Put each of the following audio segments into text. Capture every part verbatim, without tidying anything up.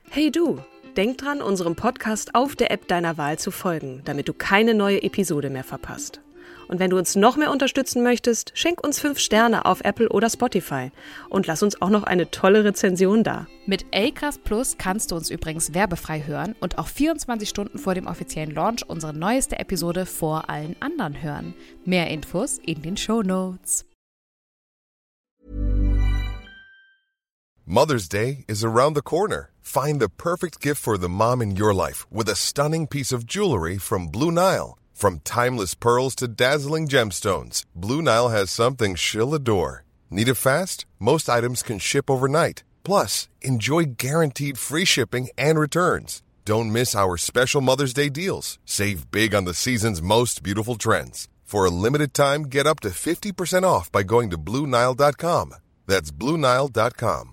Hey du, denk dran, unserem Podcast auf der App deiner Wahl zu folgen, damit du keine neue Episode mehr verpasst. Und wenn du uns noch mehr unterstützen möchtest, schenk uns fünf Sterne auf Apple oder Spotify und lass uns auch noch eine tolle Rezension da. Mit Acast Plus kannst du uns übrigens werbefrei hören und auch vierundzwanzig Stunden vor dem offiziellen Launch unsere neueste Episode vor allen anderen hören. Mehr Infos in den Shownotes. Mother's Day is around the corner. Find the perfect gift for the mom in your life with a stunning piece of jewelry from Blue Nile. From timeless pearls to dazzling gemstones, Blue Nile has something she'll adore. Need it fast? Most items can ship overnight. Plus, enjoy guaranteed free shipping and returns. Don't miss our special Mother's Day deals. Save big on the season's most beautiful trends. For a limited time, get up to fifty percent off by going to Blue Nile dot com. That's Blue Nile dot com.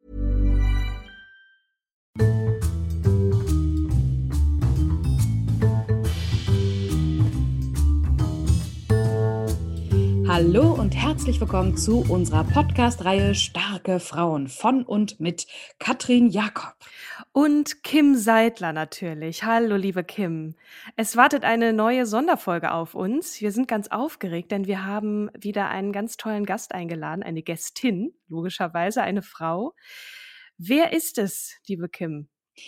Hallo und herzlich willkommen zu unserer Podcast-Reihe Starke Frauen von und mit Katrin Jakob. Und Kim Seidler natürlich. Hallo, liebe Kim. Es wartet eine neue Sonderfolge auf uns. Wir sind ganz aufgeregt, denn wir haben wieder einen ganz tollen Gast eingeladen, eine Gästin, logischerweise eine Frau. Wer ist es, liebe Kim?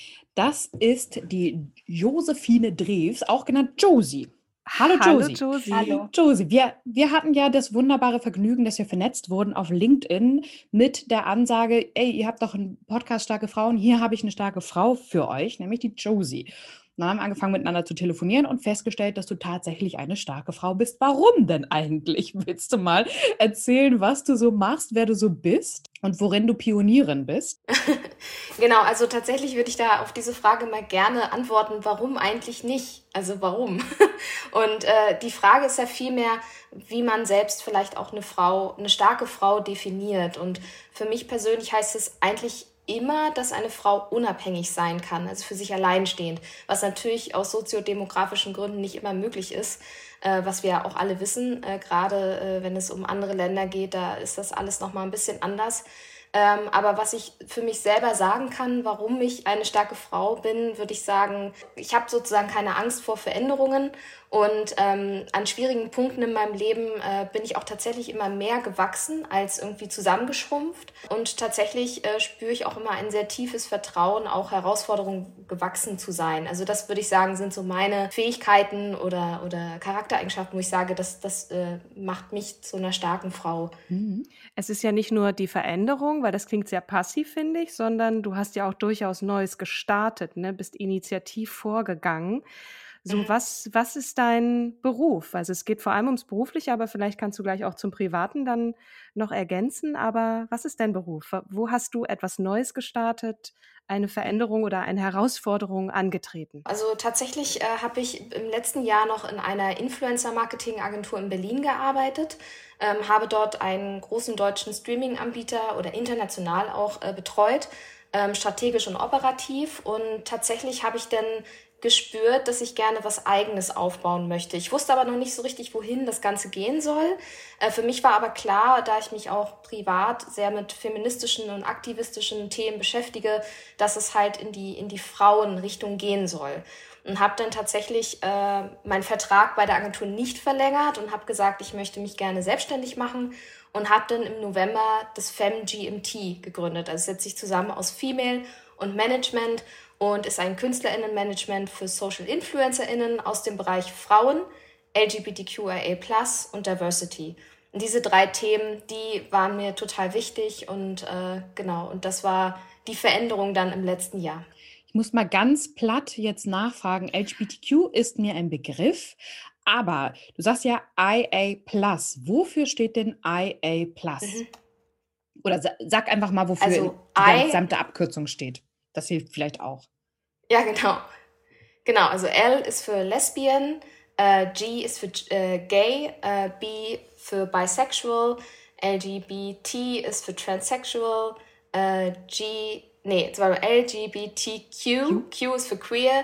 Das ist die Josephine Drews, auch genannt Josie. Hallo Josie. Hallo Josie. Hallo. Josie, wir, wir hatten ja das wunderbare Vergnügen, dass wir vernetzt wurden auf LinkedIn mit der Ansage, ey, ihr habt doch einen Podcast Starke Frauen, hier habe ich eine starke Frau für euch, nämlich die Josie. Und dann haben wir angefangen miteinander zu telefonieren und festgestellt, dass du tatsächlich eine starke Frau bist. Warum denn eigentlich? Willst du mal erzählen, was du so machst, wer du so bist und worin du Pionierin bist? Genau, also tatsächlich würde ich da auf diese Frage mal gerne antworten, warum eigentlich nicht? Also warum? Und äh, die Frage ist ja vielmehr, wie man selbst vielleicht auch eine Frau, eine starke Frau definiert. Und für mich persönlich heißt es eigentlich immer, dass eine Frau unabhängig sein kann, also für sich alleinstehend, was natürlich aus soziodemografischen Gründen nicht immer möglich ist, äh, was wir ja auch alle wissen, äh, gerade äh, wenn es um andere Länder geht, da ist das alles nochmal ein bisschen anders. Ähm, aber was ich für mich selber sagen kann, warum ich eine starke Frau bin, würde ich sagen, ich habe sozusagen keine Angst vor Veränderungen und ähm, an schwierigen Punkten in meinem Leben äh, bin ich auch tatsächlich immer mehr gewachsen als irgendwie zusammengeschrumpft und tatsächlich äh, spüre ich auch immer ein sehr tiefes Vertrauen, auch Herausforderungen gewachsen zu sein. Also das würde ich sagen, sind so meine Fähigkeiten oder, oder Charaktereigenschaften, wo ich sage, das, das äh, macht mich zu einer starken Frau. Mhm. Es ist ja nicht nur die Veränderung, weil das klingt sehr passiv, finde ich, sondern du hast ja auch durchaus Neues gestartet, ne? Bist initiativ vorgegangen. So, Mhm. was, was ist dein Beruf? Also es geht vor allem ums Berufliche, aber vielleicht kannst du gleich auch zum Privaten dann noch ergänzen. Aber was ist dein Beruf? Wo hast du etwas Neues gestartet, eine Veränderung oder eine Herausforderung angetreten? Also tatsächlich äh, habe ich im letzten Jahr noch in einer Influencer-Marketing-Agentur in Berlin gearbeitet, ähm, habe dort einen großen deutschen Streaming-Anbieter oder international auch äh, betreut, ähm, strategisch und operativ. Und tatsächlich habe ich dann gespürt, dass ich gerne was Eigenes aufbauen möchte. Ich wusste aber noch nicht so richtig, wohin das Ganze gehen soll. Äh, für mich war aber klar, da ich mich auch privat sehr mit feministischen und aktivistischen Themen beschäftige, dass es halt in die, in die Frauenrichtung gehen soll. Und habe dann tatsächlich äh, meinen Vertrag bei der Agentur nicht verlängert und habe gesagt, ich möchte mich gerne selbstständig machen und habe dann im November das Fem-G M T gegründet. Also es setzt sich zusammen aus Female und Management und ist ein KünstlerInnen-Management für Social-InfluencerInnen aus dem Bereich Frauen, L G B T Q I A plus und Diversity. Und diese drei Themen, die waren mir total wichtig und äh, genau, und das war die Veränderung dann im letzten Jahr. Ich muss mal ganz platt jetzt nachfragen, L G B T Q ist mir ein Begriff, aber du sagst ja I A plus. Wofür steht denn I A plus? Mhm. Oder sa- sag einfach mal, wofür Also die I, gesamte Abkürzung steht. Das hilft vielleicht auch. ja genau, genau, also L ist für Lesbian, äh, G ist für äh, Gay, äh, B für Bisexual, L G B T ist für Transsexual, äh, G, nee, es war L G B T Q, Q ist für Queer,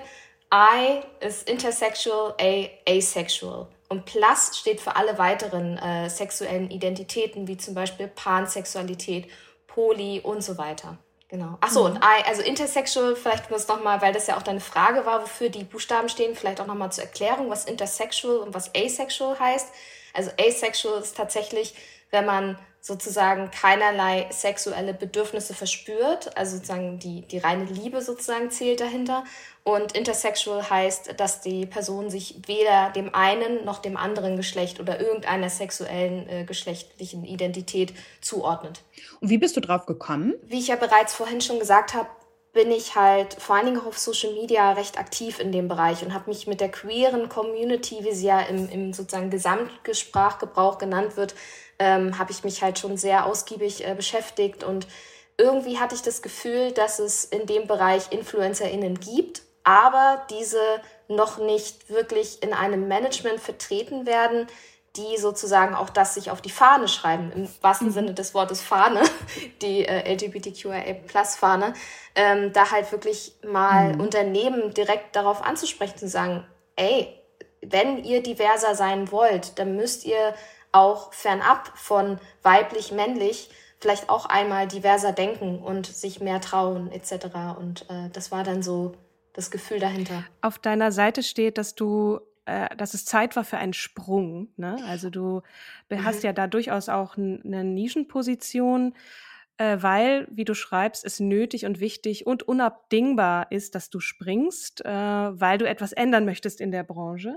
I ist Intersexual, A Asexual. Und Plus steht für alle weiteren äh, sexuellen Identitäten, wie zum Beispiel Pansexualität, Poly und so weiter. Genau. Achso, mhm. und I, also intersexual, vielleicht muss nochmal, weil das ja auch deine Frage war, wofür die Buchstaben stehen, vielleicht auch nochmal zur Erklärung, was intersexual und was asexual heißt. Also asexual ist tatsächlich, wenn man sozusagen keinerlei sexuelle Bedürfnisse verspürt, also sozusagen die, die reine Liebe sozusagen zählt dahinter. Und intersexual heißt, dass die Person sich weder dem einen noch dem anderen Geschlecht oder irgendeiner sexuellen äh, geschlechtlichen Identität zuordnet. Und wie bist du drauf gekommen? Wie ich ja bereits vorhin schon gesagt habe, bin ich halt vor allen Dingen auch auf Social Media recht aktiv in dem Bereich und habe mich mit der queeren Community, wie sie ja im, im sozusagen Gesamtsprachgebrauch genannt wird, ähm, habe ich mich halt schon sehr ausgiebig äh, beschäftigt. Und irgendwie hatte ich das Gefühl, dass es in dem Bereich InfluencerInnen gibt, aber diese noch nicht wirklich in einem Management vertreten werden, die sozusagen auch das sich auf die Fahne schreiben, im wahrsten mhm. Sinne des Wortes Fahne, die äh, L G B T Q I A Plus Fahne, ähm, da halt wirklich mal mhm. Unternehmen direkt darauf anzusprechen, zu sagen, ey, wenn ihr diverser sein wollt, dann müsst ihr auch fernab von weiblich-männlich vielleicht auch einmal diverser denken und sich mehr trauen et cetera. Und äh, das war dann so das Gefühl dahinter. Auf deiner Seite steht, dass du, äh, dass es Zeit war für einen Sprung, ne? Also du Mhm. hast ja da durchaus auch n- eine Nischenposition, äh, weil, wie du schreibst, es nötig und wichtig und unabdingbar ist, dass du springst, äh, weil du etwas ändern möchtest in der Branche.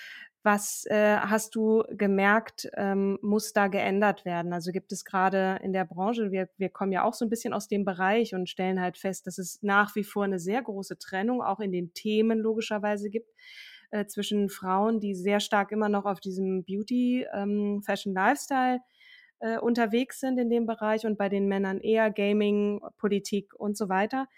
Was äh, hast du gemerkt, ähm, muss da geändert werden? Also gibt es gerade in der Branche, wir, wir kommen ja auch so ein bisschen aus dem Bereich und stellen halt fest, dass es nach wie vor eine sehr große Trennung auch in den Themen logischerweise gibt, äh, zwischen Frauen, die sehr stark immer noch auf diesem Beauty, ähm, Fashion, Lifestyle äh, unterwegs sind in dem Bereich und bei den Männern eher Gaming, Politik und so weiter.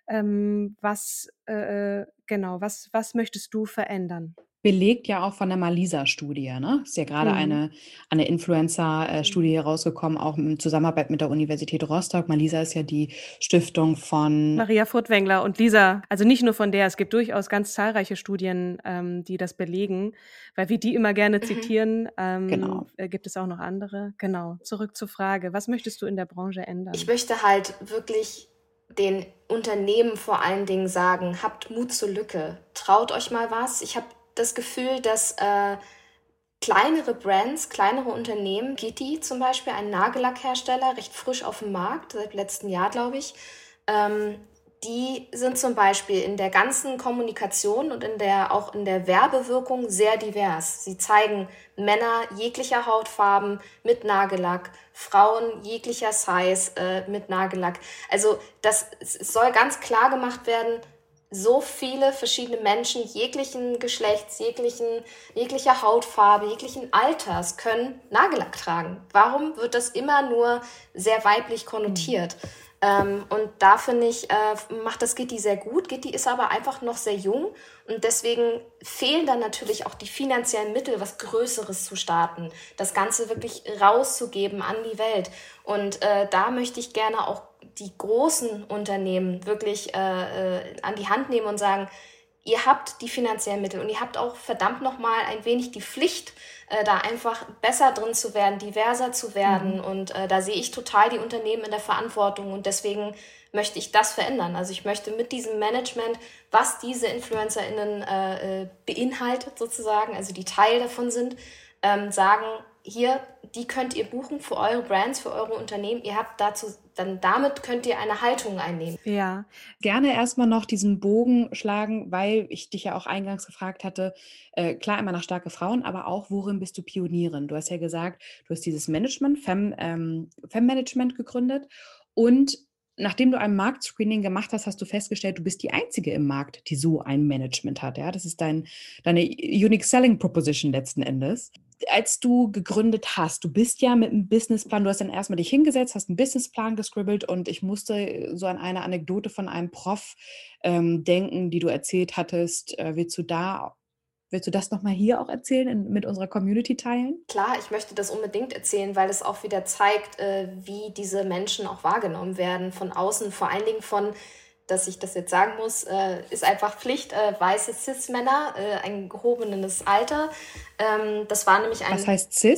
Ähm, was, äh, genau, was, was möchtest du verändern? Belegt ja auch von der Malisa-Studie, ne? Ist ja gerade Mhm. eine, eine Influencer-Studie rausgekommen, auch in Zusammenarbeit mit der Universität Rostock. Malisa ist ja die Stiftung von Maria Furtwängler und Lisa, also nicht nur von der, es gibt durchaus ganz zahlreiche Studien, ähm, die das belegen, weil wir die immer gerne Mhm. zitieren, ähm, Genau. äh, gibt es auch noch andere. Genau, zurück zur Frage, was möchtest du in der Branche ändern? Ich möchte halt wirklich den Unternehmen vor allen Dingen sagen, habt Mut zur Lücke, traut euch mal was. Ich habe das Gefühl, dass äh, kleinere Brands, kleinere Unternehmen, Gitti zum Beispiel, ein Nagellackhersteller, recht frisch auf dem Markt, seit letztem Jahr, glaube ich, ähm, die sind zum Beispiel in der ganzen Kommunikation und in der, auch in der Werbewirkung sehr divers. Sie zeigen Männer jeglicher Hautfarben mit Nagellack, Frauen jeglicher Size äh, mit Nagellack. Also das, es soll ganz klar gemacht werden, so viele verschiedene Menschen jeglichen Geschlechts, jeglichen, jeglicher Hautfarbe, jeglichen Alters können Nagellack tragen. Warum wird das immer nur sehr weiblich konnotiert? Mhm. Ähm, und da finde ich, äh, macht das Gitti sehr gut. Gitti ist aber einfach noch sehr jung und deswegen fehlen dann natürlich auch die finanziellen Mittel, was Größeres zu starten, das Ganze wirklich rauszugeben an die Welt. Und äh, da möchte ich gerne auch die großen Unternehmen wirklich äh, äh, an die Hand nehmen und sagen, ihr habt die finanziellen Mittel und ihr habt auch verdammt nochmal ein wenig die Pflicht, äh, da einfach besser drin zu werden, diverser zu werden. Mhm. Und äh, da sehe ich total die Unternehmen in der Verantwortung und deswegen möchte ich das verändern. Also ich möchte mit diesem Management, was diese InfluencerInnen äh, beinhaltet sozusagen, also die Teil davon sind, ähm, sagen, hier, die könnt ihr buchen für eure Brands, für eure Unternehmen. Ihr habt dazu, dann damit könnt ihr eine Haltung einnehmen. Ja, gerne erstmal noch diesen Bogen schlagen, weil ich dich ja auch eingangs gefragt hatte, äh, klar immer nach starke Frauen, aber auch, worin bist du Pionierin? Du hast ja gesagt, du hast dieses Management, Fem, ähm, Fem-Management gegründet und nachdem du ein Marktscreening gemacht hast, hast du festgestellt, du bist die Einzige im Markt, die so ein Management hat. Ja? Das ist dein, deine Unique Selling Proposition letzten Endes. Als du gegründet hast, du bist ja mit einem Businessplan, du hast dann erstmal dich hingesetzt, hast einen Businessplan gescribbelt und ich musste so an eine Anekdote von einem Prof ähm, denken, die du erzählt hattest. Äh, willst du da, willst du das nochmal hier auch erzählen, in, mit unserer Community teilen? Klar, ich möchte das unbedingt erzählen, weil es auch wieder zeigt, äh, wie diese Menschen auch wahrgenommen werden von außen, vor allen Dingen von, dass ich das jetzt sagen muss, äh, ist einfach Pflicht, äh, weiße Cis-Männer, äh, ein gehobenes Alter. Ähm, das war nämlich ein... Was heißt Cis?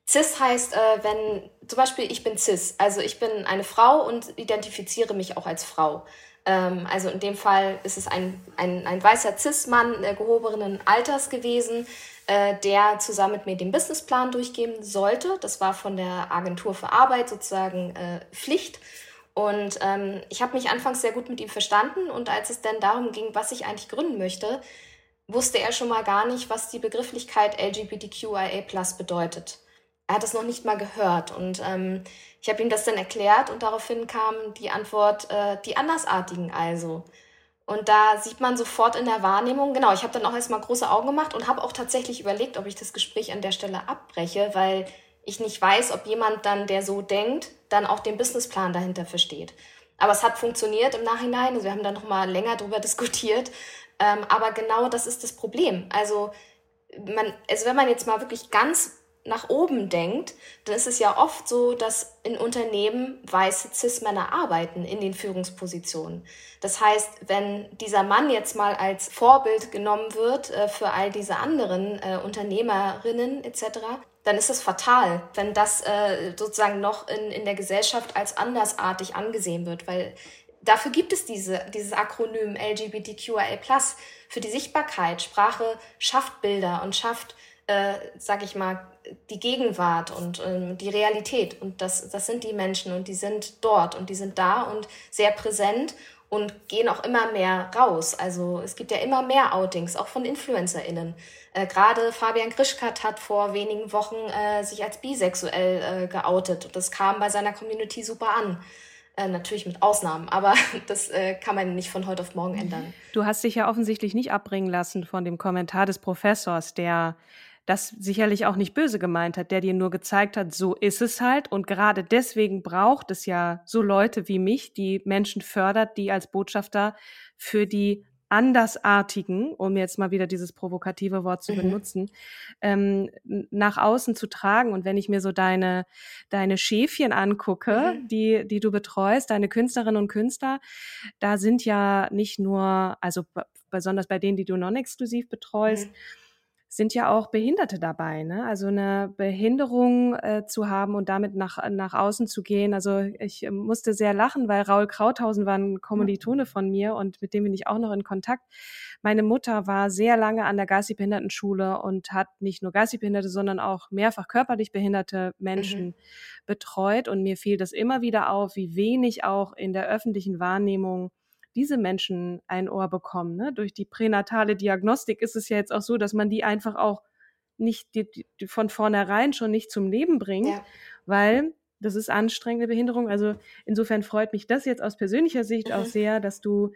Cis heißt, äh, wenn zum Beispiel ich bin cis, also ich bin eine Frau und identifiziere mich auch als Frau. Ähm, also in dem Fall ist es ein, ein, ein weißer Cis-Mann äh, gehobenen Alters gewesen, äh, der zusammen mit mir den Businessplan durchgeben sollte. Das war von der Agentur für Arbeit sozusagen äh, Pflicht. Und ähm, ich habe mich anfangs sehr gut mit ihm verstanden. Und als es dann darum ging, was ich eigentlich gründen möchte, wusste er schon mal gar nicht, was die Begrifflichkeit L G B T Q I A plus bedeutet. Er hat es noch nicht mal gehört und ähm, ich habe ihm das dann erklärt und daraufhin kam die Antwort, äh, die Andersartigen also. Und da sieht man sofort in der Wahrnehmung, genau, ich habe dann auch erstmal große Augen gemacht und habe auch tatsächlich überlegt, ob ich das Gespräch an der Stelle abbreche, weil ich nicht weiß, ob jemand dann, der so denkt, dann auch den Businessplan dahinter versteht. Aber es hat funktioniert im Nachhinein, also wir haben dann nochmal länger drüber diskutiert, ähm, aber genau das ist das Problem. Also, man, also wenn man jetzt mal wirklich ganz nach oben denkt, dann ist es ja oft so, dass in Unternehmen weiße Cis-Männer arbeiten in den Führungspositionen. Das heißt, wenn dieser Mann jetzt mal als Vorbild genommen wird äh, für all diese anderen äh, Unternehmerinnen et cetera, dann ist es fatal, wenn das äh, sozusagen noch in, in der Gesellschaft als andersartig angesehen wird, weil dafür gibt es diese, dieses Akronym L G B T Q I A plus, für die Sichtbarkeit. Sprache schafft Bilder und schafft, äh, sag ich mal, die Gegenwart und ähm, die Realität. Und das, das sind die Menschen und die sind dort und die sind da und sehr präsent und gehen auch immer mehr raus. Also es gibt ja immer mehr Outings, auch von InfluencerInnen. Äh, Gerade Fabian Grischkat hat vor wenigen Wochen äh, sich als bisexuell äh, geoutet und das kam bei seiner Community super an. Äh, natürlich mit Ausnahmen, aber das äh, kann man nicht von heute auf morgen ändern. Du hast dich ja offensichtlich nicht abbringen lassen von dem Kommentar des Professors, der das sicherlich auch nicht böse gemeint hat, der dir nur gezeigt hat, so ist es halt. Und gerade deswegen braucht es ja so Leute wie mich, die Menschen fördert, die als Botschafter für die Andersartigen, um jetzt mal wieder dieses provokative Wort zu Mhm. benutzen, ähm, nach außen zu tragen. Und wenn ich mir so deine, deine Schäfchen angucke, Mhm. die, die du betreust, deine Künstlerinnen und Künstler, da sind ja nicht nur, also b- besonders bei denen, die du non-exklusiv betreust, Mhm. sind ja auch Behinderte dabei, ne? Also eine Behinderung äh, zu haben und damit nach, nach außen zu gehen. Also ich äh, musste sehr lachen, weil Raul Krauthausen war ein Kommilitone von mir und mit dem bin ich auch noch in Kontakt. Meine Mutter war sehr lange an der Geistigbehindertenschule und hat nicht nur Geistigbehinderte, sondern auch mehrfach körperlich behinderte Menschen Mhm. betreut. Und mir fiel das immer wieder auf, wie wenig auch in der öffentlichen Wahrnehmung diese Menschen ein Ohr bekommen. Ne? Durch die pränatale Diagnostik ist es ja jetzt auch so, dass man die einfach auch nicht die, die von vornherein schon nicht zum Leben bringt, Ja. weil das ist anstrengende Behinderung. Also insofern freut mich das jetzt aus persönlicher Sicht Mhm. auch sehr, dass du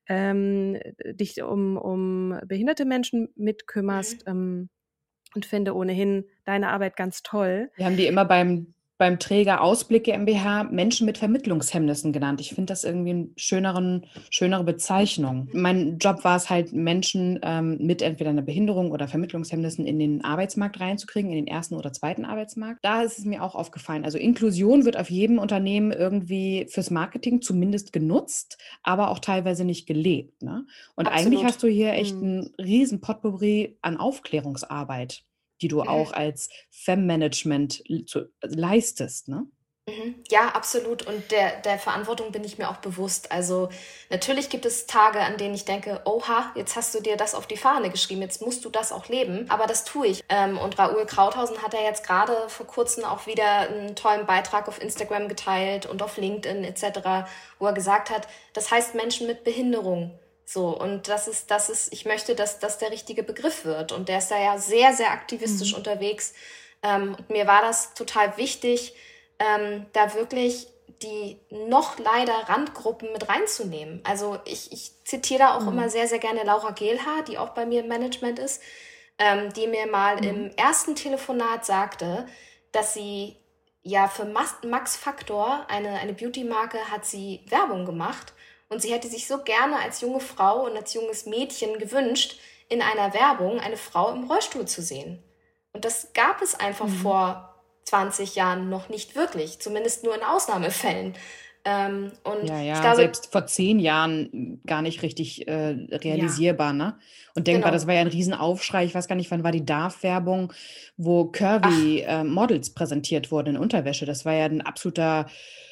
ähm, dich um, um behinderte Menschen mitkümmerst, Mhm. ähm, und finde ohnehin deine Arbeit ganz toll. Wir haben die immer beim, beim Träger Ausblick GmbH Menschen mit Vermittlungshemmnissen genannt. Ich finde das irgendwie eine schöneren, schönere Bezeichnung. Mein Job war es halt, Menschen ähm, mit entweder einer Behinderung oder Vermittlungshemmnissen in den Arbeitsmarkt reinzukriegen, in den ersten oder zweiten Arbeitsmarkt. Da ist es mir auch aufgefallen. Also Inklusion wird auf jedem Unternehmen irgendwie fürs Marketing zumindest genutzt, aber auch teilweise nicht gelebt. Ne? Und eigentlich Absolut. hast du hier echt Mhm. einen riesen Potpourri an Aufklärungsarbeit, die du Mhm. auch als Femme-Management l- zu- leistest, ne? Mhm. Ja, absolut. Und der, der Verantwortung bin ich mir auch bewusst. Also natürlich gibt es Tage, an denen ich denke, oha, jetzt hast du dir das auf die Fahne geschrieben, jetzt musst du das auch leben. Aber das tue ich. Ähm, und Raoul Krauthausen hat ja jetzt gerade vor kurzem auch wieder einen tollen Beitrag auf Instagram geteilt und auf LinkedIn et cetera, wo er gesagt hat, das heißt Menschen mit Behinderung. So, und das ist, das ist, ich möchte, dass das der richtige Begriff wird. Und der ist da ja sehr, sehr aktivistisch Mhm. unterwegs. Ähm, und mir war das total wichtig, ähm, da wirklich die noch leider Randgruppen mit reinzunehmen. Also ich, ich zitiere da auch Mhm. immer sehr, sehr gerne Laura Gehlhaar, die auch bei mir im Management ist, ähm, die mir mal Mhm. im ersten Telefonat sagte, dass sie ja für Mas- Max Factor, eine, eine Beauty-Marke, hat sie Werbung gemacht und sie hätte sich so gerne als junge Frau und als junges Mädchen gewünscht, in einer Werbung eine Frau im Rollstuhl zu sehen. Und das gab es einfach Mhm. vor zwanzig Jahren noch nicht wirklich, zumindest nur in Ausnahmefällen. Ähm, und Ja, ja, ich glaube, selbst vor zehn Jahren gar nicht richtig äh, realisierbar, ne? Und denkbar, genau. das war ja ein Riesenaufschrei. Ich weiß gar nicht, wann war die Darf-Werbung, wo Ach, Curvy-Models präsentiert wurden in Unterwäsche. Das war ja ein absoluter,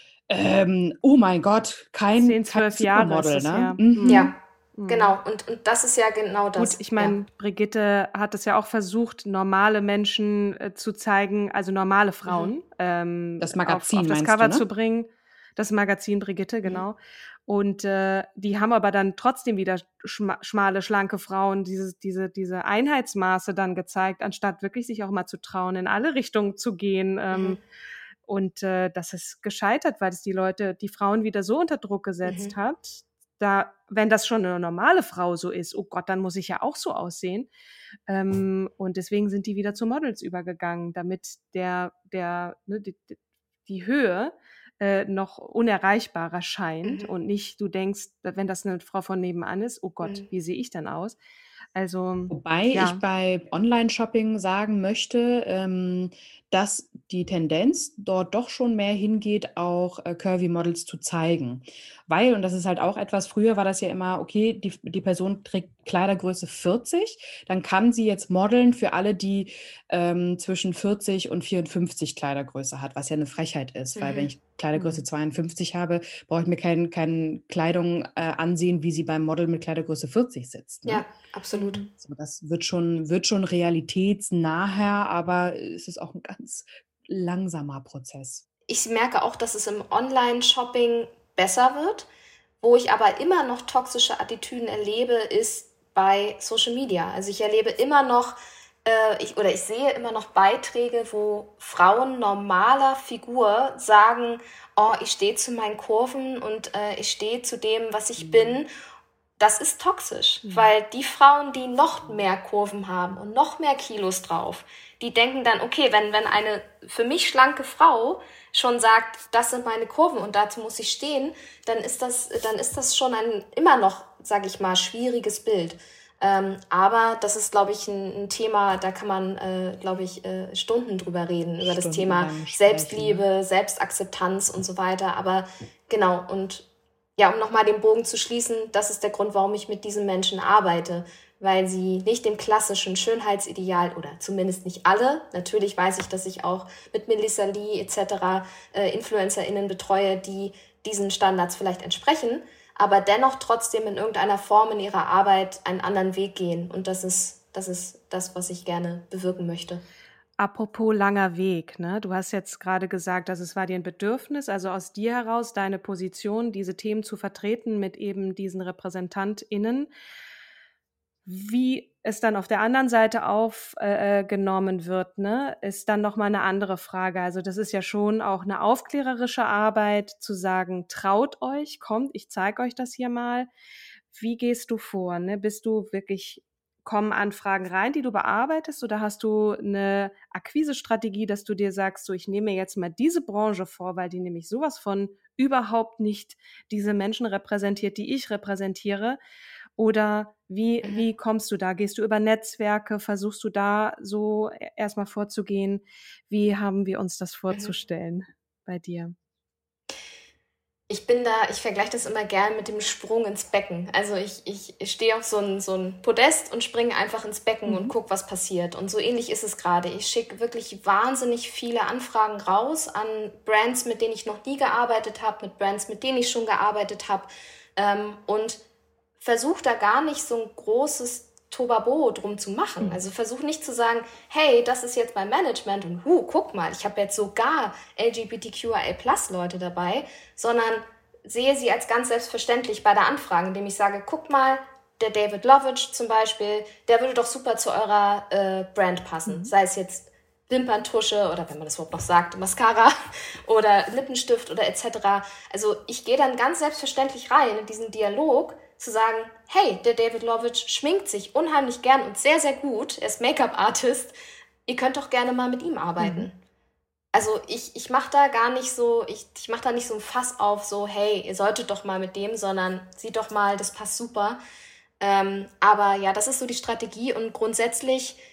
ähm, oh mein Gott, kein, Zehn, kein zwölf Jahre ist Supermodel, das ne? ja. Hm. Mhm. ja, Hm. genau. Und, und das ist ja genau Gut, das. ich Ja. meine, Brigitte hat es ja auch versucht, normale Menschen äh, zu zeigen, also normale Mhm. Frauen ähm, Das auf, auf Magazin das meinst du, Cover zu ne? bringen. Das Magazin Brigitte, Mhm. genau. Und äh, die haben aber dann trotzdem wieder schma schmale, schlanke Frauen, diese, diese, diese Einheitsmaße dann gezeigt, anstatt wirklich sich auch mal zu trauen, in alle Richtungen zu gehen. Ähm, Mhm. und äh, das ist gescheitert, weil es die Leute, die Frauen wieder so unter Druck gesetzt Mhm. hat. Da, wenn das schon eine normale Frau so ist, oh Gott, dann muss ich ja auch so aussehen. Ähm, und deswegen sind die wieder zu Models übergegangen, damit der, der, ne, die, die Höhe äh, noch unerreichbarer scheint Mhm. und nicht, du denkst, wenn das eine Frau von nebenan ist, oh Gott, Mhm. wie sehe ich denn aus? Also, Wobei ich ja. bei Online-Shopping sagen möchte, ähm, dass die Tendenz dort doch schon mehr hingeht, auch äh, Curvy-Models zu zeigen. Weil, und das ist halt auch etwas, früher war das ja immer, okay, die, die Person trägt Kleidergröße vierzig, dann kann sie jetzt modeln für alle, die ähm, zwischen vierzig und vierundfünfzig Kleidergröße hat, was ja eine Frechheit ist, weil wenn Mhm. ich Kleidergröße Hm. zweiundfünfzig habe, brauche ich mir keine kein Kleidung äh, ansehen, wie sie beim Model mit Kleidergröße vierzig sitzt. Ne? Ja, absolut. Mhm. So, das wird schon, wird schon realitätsnaher, aber es ist auch ein ganz langsamer Prozess. Ich merke auch, dass es im Online-Shopping besser wird. Wo ich aber immer noch toxische Attitüden erlebe, ist bei Social Media. Also ich erlebe immer noch, äh, ich, oder ich sehe immer noch Beiträge, wo Frauen normaler Figur sagen, oh, ich stehe zu meinen Kurven und äh, ich stehe zu dem, was ich bin. Das ist toxisch, Mhm. weil die Frauen, die noch mehr Kurven haben und noch mehr Kilos drauf, die denken dann, okay, wenn, wenn eine für mich schlanke Frau schon sagt, das sind meine Kurven und dazu muss ich stehen, dann ist das, dann ist das schon ein immer noch, sage ich mal, schwieriges Bild. Ähm, aber das ist, glaube ich, ein, ein Thema, da kann man, äh, glaube ich, äh, Stunden drüber reden, über das Thema Stundenlang sprechen, Selbstliebe, ne? Selbstakzeptanz und so weiter. Aber genau, und ja, um nochmal den Bogen zu schließen, das ist der Grund, warum ich mit diesen Menschen arbeite, weil sie nicht dem klassischen Schönheitsideal, oder zumindest nicht alle, natürlich weiß ich, dass ich auch mit Melissa Lee et cetera äh, InfluencerInnen betreue, die diesen Standards vielleicht entsprechen, aber dennoch trotzdem in irgendeiner Form in ihrer Arbeit einen anderen Weg gehen. Und das ist, das ist das, was ich gerne bewirken möchte. Apropos langer Weg, ne? Du hast jetzt gerade gesagt, dass es war dir ein Bedürfnis, also aus dir heraus deine Position, diese Themen zu vertreten mit eben diesen RepräsentantInnen. Wie es dann auf der anderen Seite aufgenommen äh, wird, ne, ist dann nochmal eine andere Frage. Also das ist ja schon auch eine aufklärerische Arbeit, zu sagen, traut euch, kommt, ich zeige euch das hier mal. Wie gehst du vor? Ne? Bist du wirklich, kommen Anfragen rein, die du bearbeitest, oder hast du eine Akquisestrategie, dass du dir sagst, so, ich nehme mir jetzt mal diese Branche vor, weil die nämlich sowas von überhaupt nicht diese Menschen repräsentiert, die ich repräsentiere? Oder wie, Mhm. wie kommst du da? Gehst du über Netzwerke? Versuchst du da so e- erstmal vorzugehen? Wie haben wir uns das Mhm. vorzustellen bei dir? Ich bin da, ich vergleiche das immer gern mit dem Sprung ins Becken. Also ich, ich, ich stehe auf so ein, so ein Podest und springe einfach ins Becken Mhm. und gucke, was passiert. Und so ähnlich ist es gerade. Ich schicke wirklich wahnsinnig viele Anfragen raus an Brands, mit denen ich noch nie gearbeitet habe, mit Brands, mit denen ich schon gearbeitet habe. Ähm, und versuche da gar nicht so ein großes Tobabo drum zu machen. Also versuche nicht zu sagen, hey, das ist jetzt mein Management und hu, guck mal, ich habe jetzt sogar L G B T Q I A plus Leute dabei, sondern sehe sie als ganz selbstverständlich bei der Anfrage, indem ich sage, guck mal, der David Lovitch zum Beispiel, der würde doch super zu eurer äh, Brand passen. Mhm. Sei es jetzt Wimperntusche oder, wenn man das überhaupt noch sagt, Mascara oder Lippenstift oder et cetera. Also ich gehe dann ganz selbstverständlich rein in diesen Dialog, zu sagen, hey, der David Lovitch schminkt sich unheimlich gern und sehr, sehr gut. Er ist Make-up-Artist. Ihr könnt doch gerne mal mit ihm arbeiten. Mhm. Also ich, ich mache da gar nicht so, ich, ich mache da nicht so ein Fass auf, so, hey, ihr solltet doch mal mit dem, sondern sieht doch mal, das passt super. Ähm, aber ja, das ist so die Strategie und grundsätzlich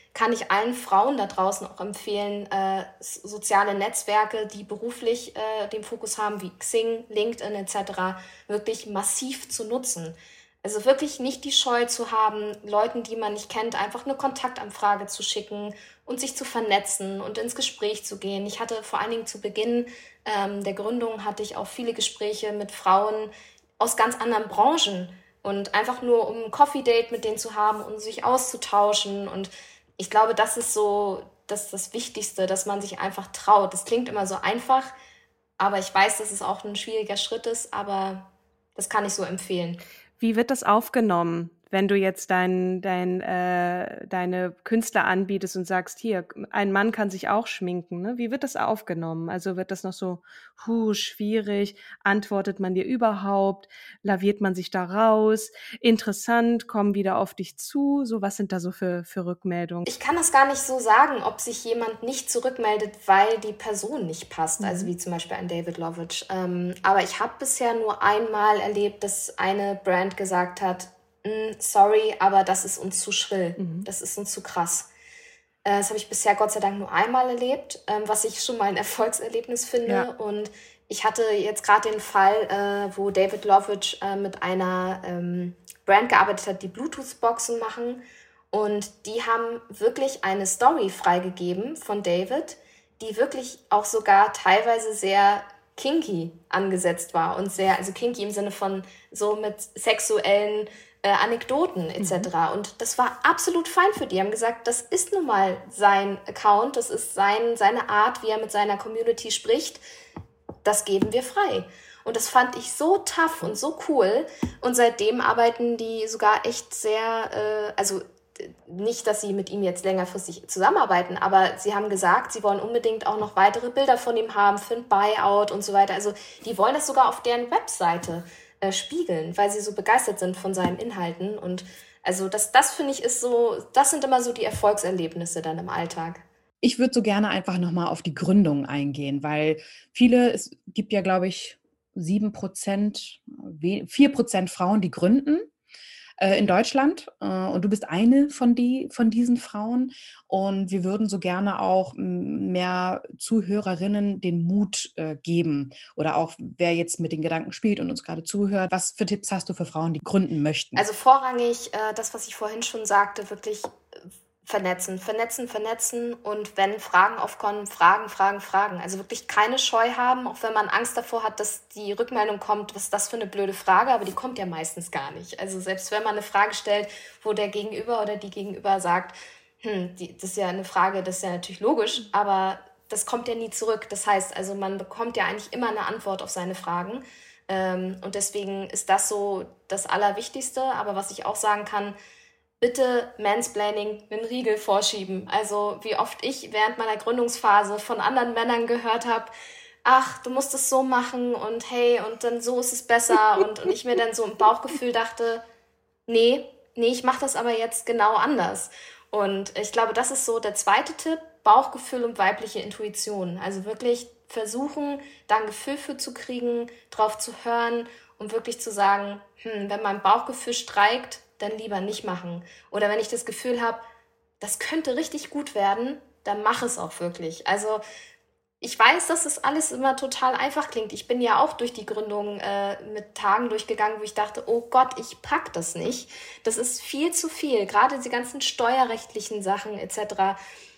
kann ich allen Frauen da draußen auch empfehlen, äh, soziale Netzwerke, die beruflich äh, den Fokus haben, wie Xing, LinkedIn et cetera, wirklich massiv zu nutzen. Also wirklich nicht die Scheu zu haben, Leuten, die man nicht kennt, einfach eine Kontaktanfrage zu schicken und sich zu vernetzen und ins Gespräch zu gehen. Ich hatte vor allen Dingen zu Beginn ähm, der Gründung hatte ich auch viele Gespräche mit Frauen aus ganz anderen Branchen und einfach nur um ein Coffee-Date mit denen zu haben und sich auszutauschen. Und ich glaube, das ist so das, das Wichtigste, dass man sich einfach traut. Das klingt immer so einfach, aber ich weiß, dass es auch ein schwieriger Schritt ist, aber das kann ich so empfehlen. Wie wird das aufgenommen, wenn du jetzt dein, dein, äh, deine Künstler anbietest und sagst, hier, ein Mann kann sich auch schminken, ne? Wie wird das aufgenommen? Also wird das noch so, hu, schwierig, antwortet man dir überhaupt, laviert man sich da raus, interessant, kommen wieder auf dich zu, so was sind da so für, für Rückmeldungen? Ich kann das gar nicht so sagen, ob sich jemand nicht zurückmeldet, weil die Person nicht passt, Mhm. also wie zum Beispiel ein David Lovitch. Ähm, aber ich habe bisher nur einmal erlebt, dass eine Brand gesagt hat, "Mm, sorry, aber das ist uns zu schrill, Mhm. das ist uns zu krass. Äh, das habe ich bisher Gott sei Dank nur einmal erlebt, ähm, was ich schon mal ein Erfolgserlebnis finde. Ja. Und ich hatte jetzt gerade den Fall, äh, wo David Lovitch äh, mit einer ähm, Brand gearbeitet hat, die Bluetooth-Boxen machen. Und die haben wirklich eine Story freigegeben von David, die wirklich auch sogar teilweise sehr kinky angesetzt war. Und sehr, also kinky im Sinne von so mit sexuellen äh, Anekdoten et cetera. Mhm. Und das war absolut fein für die. Die haben gesagt, das ist nun mal sein Account, das ist sein, seine Art, wie er mit seiner Community spricht. Das geben wir frei. Und das fand ich so tough und so cool. Und seitdem arbeiten die sogar echt sehr, äh, also nicht, dass sie mit ihm jetzt längerfristig zusammenarbeiten, aber sie haben gesagt, sie wollen unbedingt auch noch weitere Bilder von ihm haben für ein Buyout und so weiter. Also die wollen das sogar auf deren Webseite äh, spiegeln, weil sie so begeistert sind von seinen Inhalten. Und also das, das finde ich ist so, das sind immer so die Erfolgserlebnisse dann im Alltag. Ich würde so gerne einfach nochmal auf die Gründung eingehen, weil viele, es gibt ja, glaube ich, sieben Prozent, vier Prozent Frauen, die gründen äh, in Deutschland. Äh, und du bist eine von, die, von diesen Frauen. Und wir würden so gerne auch m, mehr Zuhörerinnen den Mut äh, geben. Oder auch, wer jetzt mit den Gedanken spielt und uns gerade zuhört. Was für Tipps hast du für Frauen, die gründen möchten? Also vorrangig, äh, das, was ich vorhin schon sagte, wirklich vernetzen, vernetzen, vernetzen und wenn Fragen aufkommen, Fragen, Fragen, Fragen. Also wirklich keine Scheu haben, auch wenn man Angst davor hat, dass die Rückmeldung kommt, was ist das für eine blöde Frage, aber die kommt ja meistens gar nicht. Also selbst wenn man eine Frage stellt, wo der Gegenüber oder die Gegenüber sagt, hm, die, das ist ja eine Frage, das ist ja natürlich logisch, aber das kommt ja nie zurück. Das heißt, also man bekommt ja eigentlich immer eine Antwort auf seine Fragen. Ähm, und deswegen ist das so das Allerwichtigste. Aber was ich auch sagen kann, bitte Mansplaining einen Riegel vorschieben. Also wie oft ich während meiner Gründungsphase von anderen Männern gehört habe, ach, du musst es so machen und hey, und dann so ist es besser. und, und ich mir dann so im Bauchgefühl dachte, nee, nee, ich mache das aber jetzt genau anders. Und ich glaube, das ist so der zweite Tipp, Bauchgefühl und weibliche Intuition. Also wirklich versuchen, da ein Gefühl für zu kriegen, drauf zu hören und wirklich zu sagen, hm, wenn mein Bauchgefühl streikt, dann lieber nicht machen. Oder wenn ich das Gefühl habe, das könnte richtig gut werden, dann mach es auch wirklich. Also ich weiß, dass es alles immer total einfach klingt. Ich bin ja auch durch die Gründung äh, mit Tagen durchgegangen, wo ich dachte, oh Gott, ich pack das nicht. Das ist viel zu viel, gerade die ganzen steuerrechtlichen Sachen et cetera.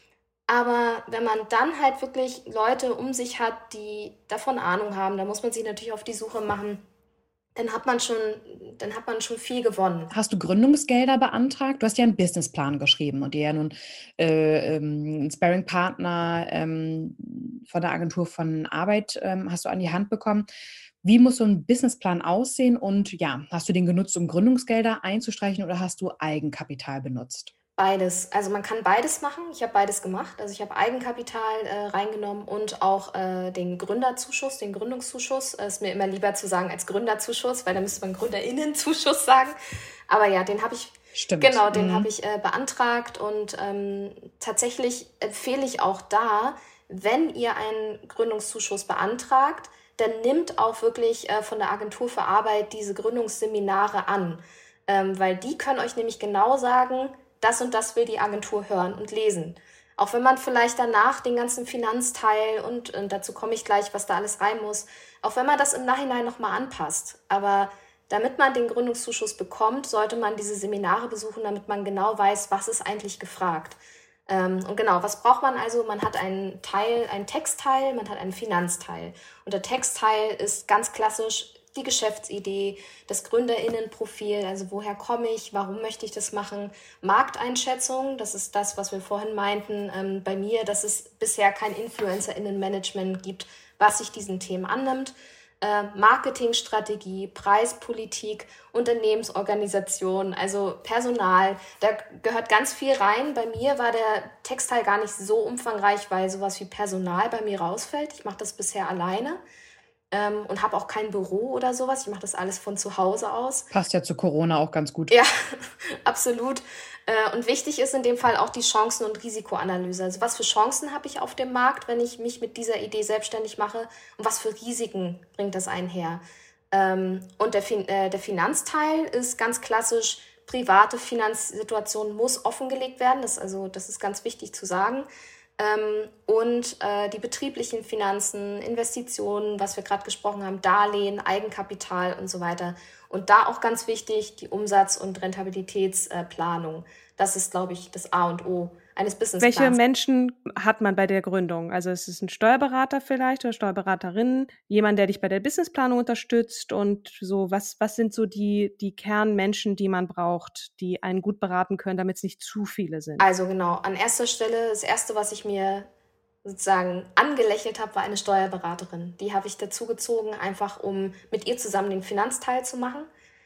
Aber wenn man dann halt wirklich Leute um sich hat, die davon Ahnung haben, da muss man sich natürlich auf die Suche machen, dann hat man schon, dann hat man schon viel gewonnen. Hast du Gründungsgelder beantragt? Du hast ja einen Businessplan geschrieben und dir ja nun äh, ähm, einen Sparring-Partner ähm, von der Agentur von Arbeit ähm, hast du an die Hand bekommen. Wie muss so ein Businessplan aussehen und ja, hast du den genutzt, um Gründungsgelder einzustreichen oder hast du Eigenkapital benutzt? Beides. Also man kann beides machen. Ich habe beides gemacht. Also ich habe Eigenkapital äh, reingenommen und auch äh, den Gründerzuschuss, den Gründungszuschuss. Es ist mir immer lieber zu sagen als Gründerzuschuss, weil da müsste man GründerInnenzuschuss sagen. Aber ja, den habe ich, Stimmt. genau, den Mhm. habe ich äh, beantragt und ähm, tatsächlich empfehle ich auch da, wenn ihr einen Gründungszuschuss beantragt, dann nimmt auch wirklich äh, von der Agentur für Arbeit diese Gründungsseminare an, ähm, weil die können euch nämlich genau sagen, das und das will die Agentur hören und lesen. Auch wenn man vielleicht danach den ganzen Finanzteil und, und dazu komme ich gleich, was da alles rein muss, auch wenn man das im Nachhinein nochmal anpasst. Aber damit man den Gründungszuschuss bekommt, sollte man diese Seminare besuchen, damit man genau weiß, was ist eigentlich gefragt. Ähm, und genau, was braucht man also? Man hat einen Teil, einen Textteil, man hat einen Finanzteil. Und der Textteil ist ganz klassisch die Geschäftsidee, das GründerInnenprofil, also woher komme ich, warum möchte ich das machen, Markteinschätzung, das ist das, was wir vorhin meinten, ähm, bei mir, dass es bisher kein InfluencerInnen-Management gibt, was sich diesen Themen annimmt, äh, Marketingstrategie, Preispolitik, Unternehmensorganisation, also Personal, da gehört ganz viel rein. Bei mir war der Textteil gar nicht so umfangreich, weil sowas wie Personal bei mir rausfällt. Ich mache das bisher alleine. Ähm, und habe auch kein Büro oder sowas. Ich mache das alles von zu Hause aus. Passt ja zu Corona auch ganz gut. Ja, absolut. Äh, und wichtig ist in dem Fall auch die Chancen- und Risikoanalyse. Also was für Chancen habe ich auf dem Markt, wenn ich mich mit dieser Idee selbstständig mache und was für Risiken bringt das einher? Ähm, und der, fin- äh, der Finanzteil ist ganz klassisch, private Finanzsituation muss offengelegt werden. Das, also, das ist ganz wichtig zu sagen. Ähm, und äh, die betrieblichen Finanzen, Investitionen, was wir gerade gesprochen haben, Darlehen, Eigenkapital und so weiter. Und da auch ganz wichtig, die Umsatz- und Rentabilitätsplanung. Das ist, glaube ich, das A und O eines Businessplans. Welche Menschen hat man bei der Gründung? Also ist es ein Steuerberater vielleicht oder Steuerberaterin? Jemand, der dich bei der Businessplanung unterstützt? Und so, was, was sind so die, die Kernmenschen, die man braucht, die einen gut beraten können, damit es nicht zu viele sind? Also genau, an erster Stelle, das Erste, was ich mir sozusagen angelächelt habe, war eine Steuerberaterin. Die habe ich dazu gezogen, einfach um mit ihr zusammen den Finanzteil zu machen.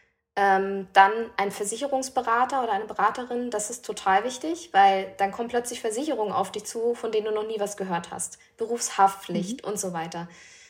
Ähm, dann ein Versicherungsberater oder eine Beraterin, das ist total wichtig, weil dann kommen plötzlich Versicherungen auf dich zu, von denen du noch nie was gehört hast. Berufshaftpflicht mhm. und so weiter.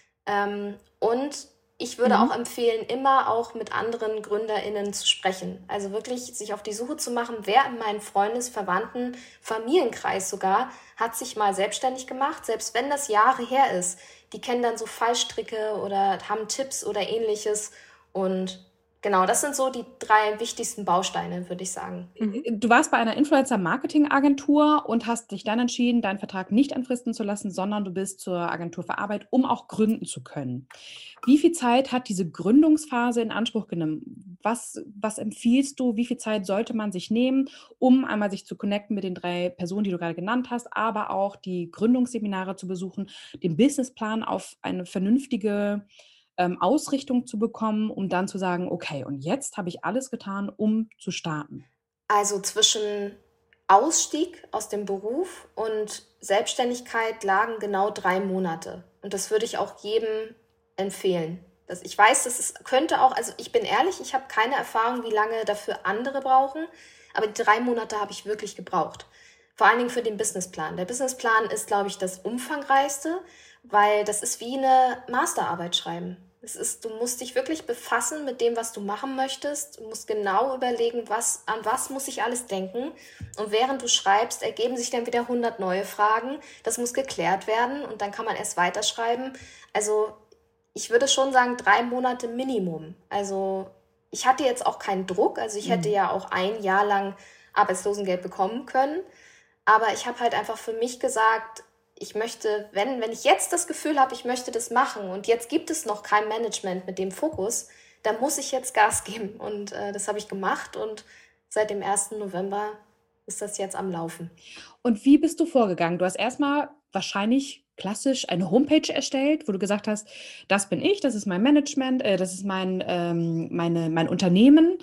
Ähm, und ich würde mhm. auch empfehlen, immer auch mit anderen GründerInnen zu sprechen. Also wirklich sich auf die Suche zu machen, wer in meinem Freundes-, Verwandten-, Familienkreis sogar hat sich mal selbstständig gemacht, selbst wenn das Jahre her ist. Die kennen dann so Fallstricke oder haben Tipps oder ähnliches und genau, das sind so die drei wichtigsten Bausteine, würde ich sagen. Du warst bei einer Influencer-Marketing-Agentur und hast dich dann entschieden, deinen Vertrag nicht anfristen zu lassen, sondern du bist zur Agentur für Arbeit, um auch gründen zu können. Wie viel Zeit hat diese Gründungsphase in Anspruch genommen? Was, was empfiehlst du? Wie viel Zeit sollte man sich nehmen, um einmal sich zu connecten mit den drei Personen, die du gerade genannt hast, aber auch die Gründungsseminare zu besuchen, den Businessplan auf eine vernünftige Ähm, Ausrichtung zu bekommen, um dann zu sagen, okay, und jetzt habe ich alles getan, um zu starten? Also zwischen Ausstieg aus dem Beruf und Selbstständigkeit lagen genau drei Monate. Und das würde ich auch jedem empfehlen. Das, ich weiß, das ist, könnte auch, also ich bin ehrlich, ich habe keine Erfahrung, wie lange dafür andere brauchen, aber die drei Monate habe ich wirklich gebraucht. Vor allen Dingen für den Businessplan. Der Businessplan ist, glaube ich, das umfangreichste, weil das ist wie eine Masterarbeit schreiben. Es ist, du musst dich wirklich befassen mit dem, was du machen möchtest. Du musst genau überlegen, was, an was muss ich alles denken. Und während du schreibst, ergeben sich dann wieder hundert neue Fragen. Das muss geklärt werden und dann kann man erst weiterschreiben. Also ich würde schon sagen, drei Monate Minimum. Also ich hatte jetzt auch keinen Druck. Also ich hätte mhm. ja auch ein Jahr lang Arbeitslosengeld bekommen können. Aber ich habe halt einfach für mich gesagt, ich möchte, wenn, wenn ich jetzt das Gefühl habe, ich möchte das machen und jetzt gibt es noch kein Management mit dem Fokus, dann muss ich jetzt Gas geben. Und äh, das habe ich gemacht und seit dem ersten November ist das jetzt am Laufen. Und wie bist du vorgegangen? Du hast erstmal wahrscheinlich klassisch eine Homepage erstellt, wo du gesagt hast, das bin ich, das ist mein Management, äh, das ist mein, ähm, meine, mein Unternehmen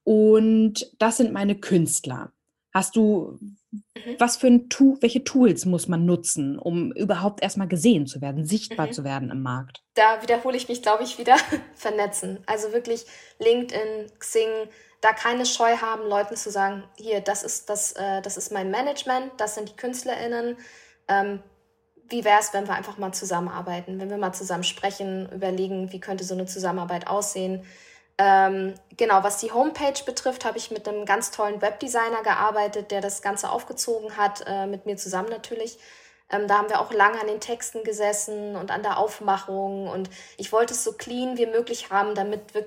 und das sind meine Künstler. Hast du, mhm. was für ein Tool, welche Tools muss man nutzen, um überhaupt erstmal gesehen zu werden, sichtbar mhm. zu werden im Markt? Da wiederhole ich mich, glaube ich, wieder, vernetzen. Also wirklich LinkedIn, Xing, da keine Scheu haben, Leuten zu sagen, hier, das ist, das, äh, das ist mein Management, das sind die KünstlerInnen. Ähm, wie wäre es, wenn wir einfach mal zusammenarbeiten, wenn wir mal zusammen sprechen, überlegen, wie könnte so eine Zusammenarbeit aussehen? Ähm, genau, was die Homepage betrifft, habe ich mit einem ganz tollen Webdesigner gearbeitet, der das Ganze aufgezogen hat, äh, mit mir zusammen natürlich. Ähm, da haben wir auch lange an den Texten gesessen und an der Aufmachung und ich wollte es so clean wie möglich haben, damit wirklich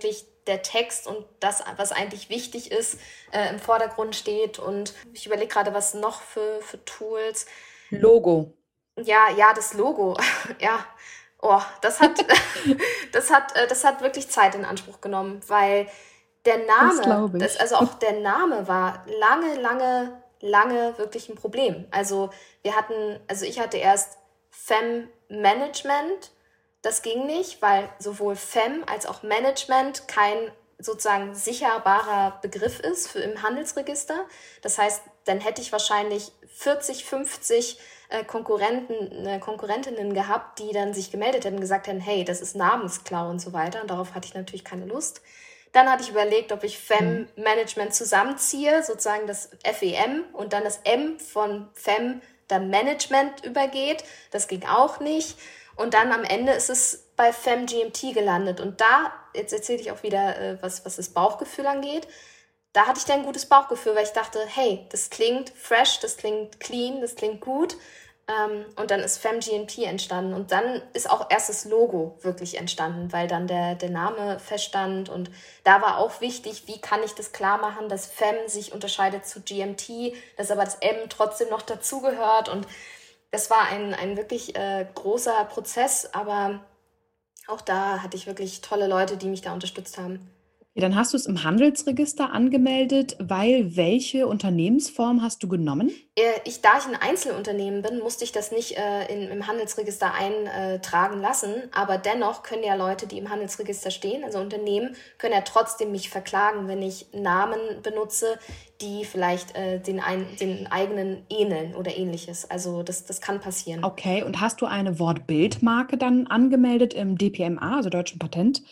der Text und das, was eigentlich wichtig ist, äh, im Vordergrund steht. Und ich überlege gerade, was noch für, für Tools. Logo. Ja, ja, das Logo. Ja, oh, das hat, das hat, äh, das hat wirklich Zeit in Anspruch genommen, weil der Das Name, glaube das, ich. also auch der Name war lange, lange, lange wirklich ein Problem. Also wir hatten, also ich hatte erst Fem Management, das ging nicht, weil sowohl Fem als auch Management kein sozusagen sicherbarer Begriff ist für im Handelsregister. Das heißt, dann hätte ich wahrscheinlich vierzig, fünfzig äh, Konkurrenten, äh, Konkurrentinnen gehabt, die dann sich gemeldet hätten und gesagt hätten, hey, das ist Namensklau und so weiter. Und darauf hatte ich natürlich keine Lust. Dann hatte ich überlegt, ob ich Fem Management zusammenziehe, sozusagen das F E M und dann das M von Fem dann Management übergeht. Das ging auch nicht. Und dann am Ende ist es bei Fem G M T gelandet. Und da, jetzt erzähle ich auch wieder, äh, was, was das Bauchgefühl angeht, da hatte ich dann ein gutes Bauchgefühl, weil ich dachte, hey, das klingt fresh, das klingt clean, das klingt gut. Ähm, und dann ist Fem G M T entstanden. Und dann ist auch erst das Logo wirklich entstanden, weil dann der, der Name feststand. Und da war auch wichtig, wie kann ich das klar machen, dass Fem sich unterscheidet zu G M T, dass aber das M trotzdem noch dazugehört. Und das war ein, ein wirklich äh, großer Prozess, aber auch da hatte ich wirklich tolle Leute, die mich da unterstützt haben. Ja, dann hast du es im Handelsregister angemeldet, weil welche Unternehmensform hast du genommen? Äh, Ich, da ich ein Einzelunternehmen bin, musste ich das nicht äh, in, im Handelsregister eintragen lassen. Aber dennoch können ja Leute, die im Handelsregister stehen, also Unternehmen, können ja trotzdem mich verklagen, wenn ich Namen benutze, die vielleicht äh, den, ein, den eigenen ähneln oder ähnliches. Also das, das kann passieren. Okay, und hast du eine Wortbildmarke dann angemeldet im D P M A, also Deutschen Patentamt?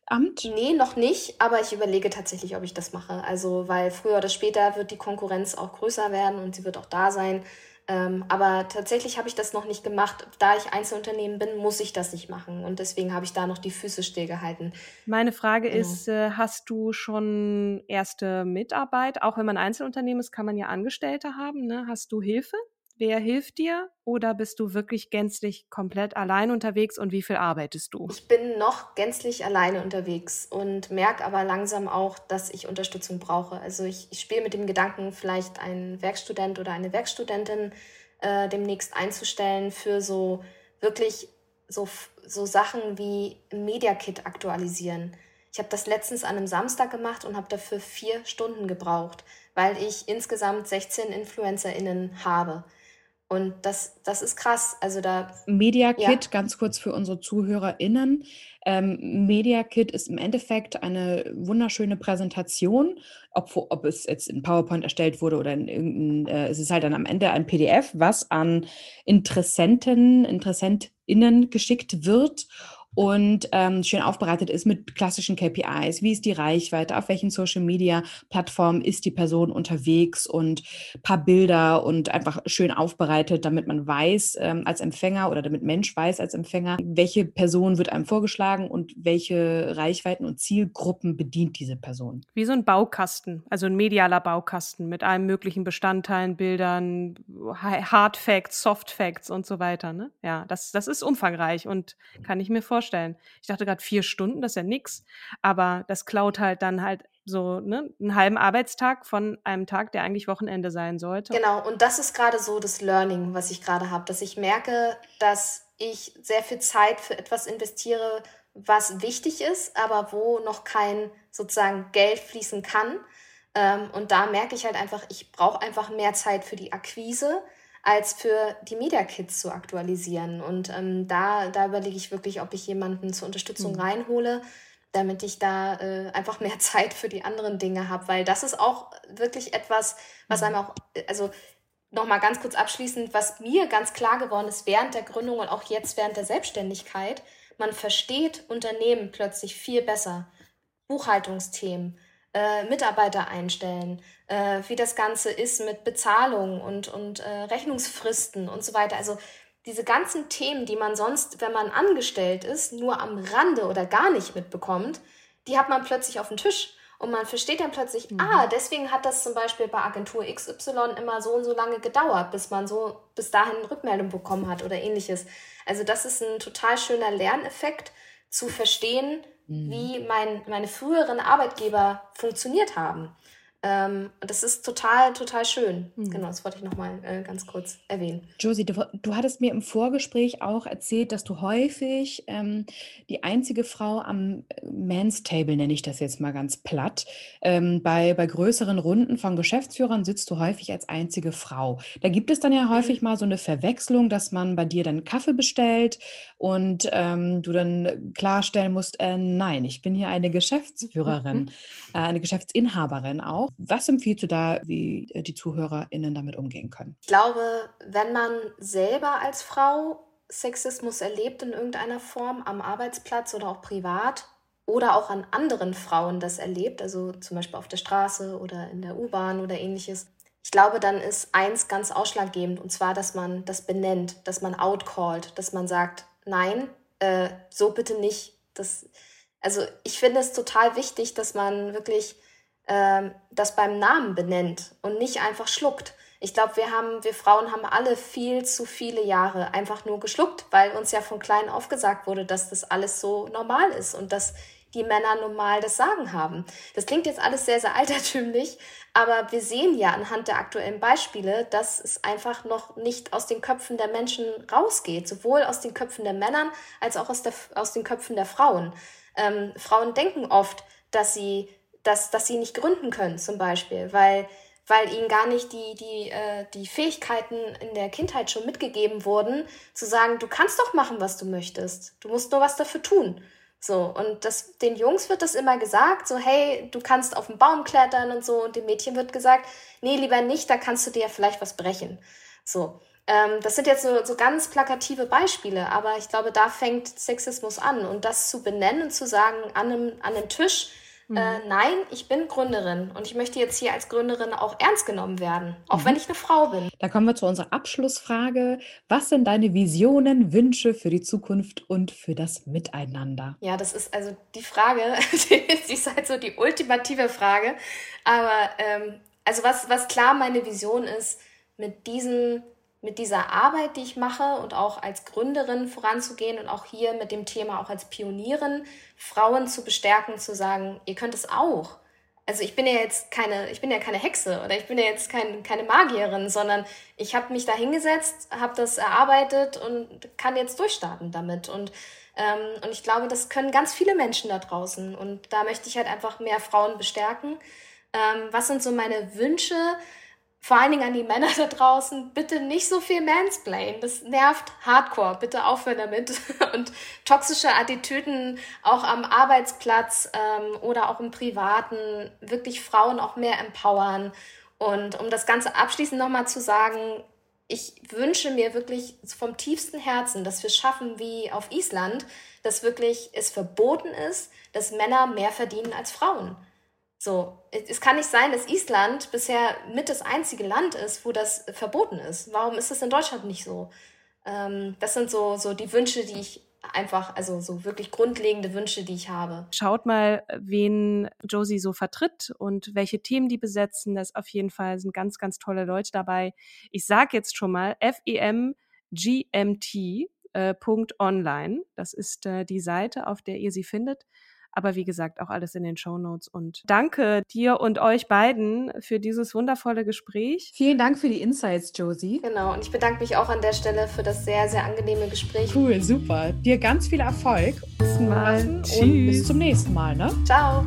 Nee, noch nicht, aber ich überlege tatsächlich, ob ich das mache. Also, weil früher oder später wird die Konkurrenz auch größer werden und sie wird auch da sein. Ähm, aber tatsächlich habe ich das noch nicht gemacht. Da ich Einzelunternehmen bin, muss ich das nicht machen. Und deswegen habe ich da noch die Füße stillgehalten. Meine Frage Genau. ist, äh, hast du schon erste Mitarbeit? Auch wenn man Einzelunternehmen ist, kann man ja Angestellte haben, ne? Hast du Hilfe? Wer hilft dir? Oder bist du wirklich gänzlich komplett allein unterwegs und wie viel arbeitest du? Ich bin noch gänzlich alleine unterwegs und merke aber langsam auch, dass ich Unterstützung brauche. Also ich, ich spiele mit dem Gedanken, vielleicht einen Werkstudent oder eine Werkstudentin äh, demnächst einzustellen für so wirklich so, so Sachen wie ein Media Kit aktualisieren. Ich habe das letztens an einem Samstag gemacht und habe dafür vier Stunden gebraucht, weil ich insgesamt sechzehn InfluencerInnen habe. Und das, das ist krass. Also da, Media ja, Kit, ganz kurz für unsere ZuhörerInnen. Ähm, Media Kit ist im Endeffekt eine wunderschöne Präsentation, ob, ob es jetzt in PowerPoint erstellt wurde oder in irgendein, äh, es ist halt dann am Ende ein P D F, was an Interessenten, InteressentInnen geschickt wird und ähm, schön aufbereitet ist mit klassischen K P Is. Wie ist die Reichweite? Auf welchen Social-Media-Plattformen ist die Person unterwegs? Und ein paar Bilder und einfach schön aufbereitet, damit man weiß ähm, als Empfänger oder damit Mensch weiß als Empfänger, welche Person wird einem vorgeschlagen und welche Reichweiten und Zielgruppen bedient diese Person. Wie so ein Baukasten, also ein medialer Baukasten mit allen möglichen Bestandteilen, Bildern, Hard Facts, Soft Facts und so weiter, ne? Ja, das, das ist umfangreich und kann ich mir vorstellen. Ich dachte gerade vier Stunden, das ist ja nix, aber das klaut halt dann halt so ne, einen halben Arbeitstag von einem Tag, der eigentlich Wochenende sein sollte. Genau, und das ist gerade so das Learning, was ich gerade habe, dass ich merke, dass ich sehr viel Zeit für etwas investiere, was wichtig ist, aber wo noch kein sozusagen Geld fließen kann. Ähm, und da merke ich halt einfach, ich brauche einfach mehr Zeit für die Akquise, als für die Media Kits zu aktualisieren. Und ähm, da, da überlege ich wirklich, ob ich jemanden zur Unterstützung Mhm. reinhole, damit ich da äh, einfach mehr Zeit für die anderen Dinge habe, weil das ist auch wirklich etwas, was einem auch, also nochmal ganz kurz abschließend, was mir ganz klar geworden ist während der Gründung und auch jetzt während der Selbstständigkeit, man versteht Unternehmen plötzlich viel besser. Buchhaltungsthemen, äh, Mitarbeiter einstellen, äh, wie das Ganze ist mit Bezahlung und, und äh, Rechnungsfristen und so weiter. Also diese ganzen Themen, die man sonst, wenn man angestellt ist, nur am Rande oder gar nicht mitbekommt, die hat man plötzlich auf dem Tisch. Und man versteht dann plötzlich, mhm. ah, deswegen hat das zum Beispiel bei Agentur X Y immer so und so lange gedauert, bis man so bis dahin Rückmeldung bekommen hat oder ähnliches. Also das ist ein total schöner Lerneffekt, zu verstehen, mhm. wie mein, meine früheren Arbeitgeber funktioniert haben. Ähm, das ist total, total schön. Mhm. Genau, das wollte ich nochmal äh, ganz kurz erwähnen. Josie, du, du hattest mir im Vorgespräch auch erzählt, dass du häufig ähm, die einzige Frau am Men's Table, nenne ich das jetzt mal ganz platt, ähm, bei, bei größeren Runden von Geschäftsführern sitzt du häufig als einzige Frau. Da gibt es dann ja häufig mhm. mal so eine Verwechslung, dass man bei dir dann Kaffee bestellt und ähm, du dann klarstellen musst, äh, nein, ich bin hier eine Geschäftsführerin, mhm. äh, eine Geschäftsinhaberin auch. Was empfiehlst du da, wie die ZuhörerInnen damit umgehen können? Ich glaube, wenn man selber als Frau Sexismus erlebt in irgendeiner Form, am Arbeitsplatz oder auch privat oder auch an anderen Frauen das erlebt, also zum Beispiel auf der Straße oder in der U-Bahn oder ähnliches, ich glaube, dann ist eins ganz ausschlaggebend, und zwar, dass man das benennt, dass man outcallt, dass man sagt, nein, äh, so bitte nicht. Das, also ich finde es total wichtig, dass man wirklich das beim Namen benennt und nicht einfach schluckt. Ich glaube, wir haben, wir Frauen haben alle viel zu viele Jahre einfach nur geschluckt, weil uns ja von klein auf gesagt wurde, dass das alles so normal ist und dass die Männer normal das Sagen haben. Das klingt jetzt alles sehr, sehr altertümlich, aber wir sehen ja anhand der aktuellen Beispiele, dass es einfach noch nicht aus den Köpfen der Menschen rausgeht, sowohl aus den Köpfen der Männern als auch aus, der, aus den Köpfen der Frauen. Ähm, Frauen denken oft, dass sie Dass, dass sie nicht gründen können zum Beispiel, weil, weil ihnen gar nicht die, die, äh, die Fähigkeiten in der Kindheit schon mitgegeben wurden, zu sagen, du kannst doch machen, was du möchtest. Du musst nur was dafür tun. So, und das, den Jungs wird das immer gesagt, so hey, du kannst auf den Baum klettern und so, und dem Mädchen wird gesagt, nee, lieber nicht, da kannst du dir vielleicht was brechen. So, ähm, das sind jetzt so, so ganz plakative Beispiele, aber ich glaube, da fängt Sexismus an, und das zu benennen und zu sagen, an einem, an einem Tisch, Äh, nein, ich bin Gründerin und ich möchte jetzt hier als Gründerin auch ernst genommen werden, auch mhm. wenn ich eine Frau bin. Da kommen wir zu unserer Abschlussfrage. Was sind deine Visionen, Wünsche für die Zukunft und für das Miteinander? Ja, das ist also die Frage, die ist halt so die ultimative Frage. Aber ähm, also was, was klar meine Vision ist, mit diesen mit dieser Arbeit, die ich mache und auch als Gründerin voranzugehen und auch hier mit dem Thema auch als Pionierin Frauen zu bestärken, zu sagen, ihr könnt es auch. Also ich bin ja jetzt keine, ich bin ja keine Hexe oder ich bin ja jetzt kein, keine Magierin, sondern ich habe mich da hingesetzt, habe das erarbeitet und kann jetzt durchstarten damit. Und, ähm, und ich glaube, das können ganz viele Menschen da draußen. Und da möchte ich halt einfach mehr Frauen bestärken. Ähm, was sind so meine Wünsche? Vor allen Dingen an die Männer da draußen, bitte nicht so viel Mansplain, das nervt hardcore, bitte aufhören damit. Und toxische Attitüden auch am Arbeitsplatz ähm, oder auch im Privaten, wirklich Frauen auch mehr empowern. Und um das Ganze abschließend nochmal zu sagen, ich wünsche mir wirklich vom tiefsten Herzen, dass wir es schaffen wie auf Island, dass wirklich es verboten ist, dass Männer mehr verdienen als Frauen. So, es kann nicht sein, dass Island bisher mit das einzige Land ist, wo das verboten ist. Warum ist das in Deutschland nicht so? Ähm, das sind so, so die Wünsche, die ich einfach, also so wirklich grundlegende Wünsche, die ich habe. Schaut mal, wen Josie so vertritt und welche Themen die besetzen. Das auf jeden Fall sind ganz, ganz tolle Leute dabei. Ich sage jetzt schon mal F E M G M T Punkt online. Das ist äh, die Seite, auf der ihr sie findet. Aber wie gesagt, auch alles in den Shownotes. Und danke dir und euch beiden für dieses wundervolle Gespräch. Vielen Dank für die Insights, Josie. Genau, und ich bedanke mich auch an der Stelle für das sehr, sehr angenehme Gespräch. Cool, super. Dir ganz viel Erfolg. Bis zum Mal. Und Tschüss. Bis zum nächsten Mal, ne? Ciao.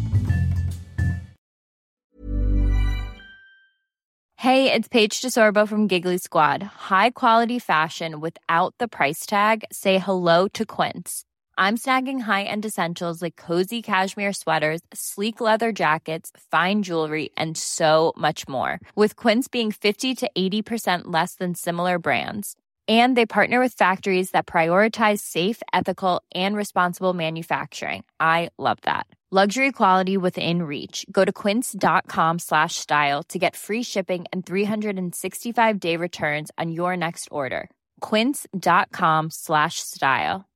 Hey, it's Paige DeSorbo from Giggly Squad. High quality fashion without the price tag. Say hello to Quince. I'm snagging high-end essentials like cozy cashmere sweaters, sleek leather jackets, fine jewelry, and so much more. With Quince being fifty to eighty percent less than similar brands. And they partner with factories that prioritize safe, ethical, and responsible manufacturing. I love that. Luxury quality within reach. Go to quince.com slash style to get free shipping and three sixty-five day returns on your next order. Quince.com slash style.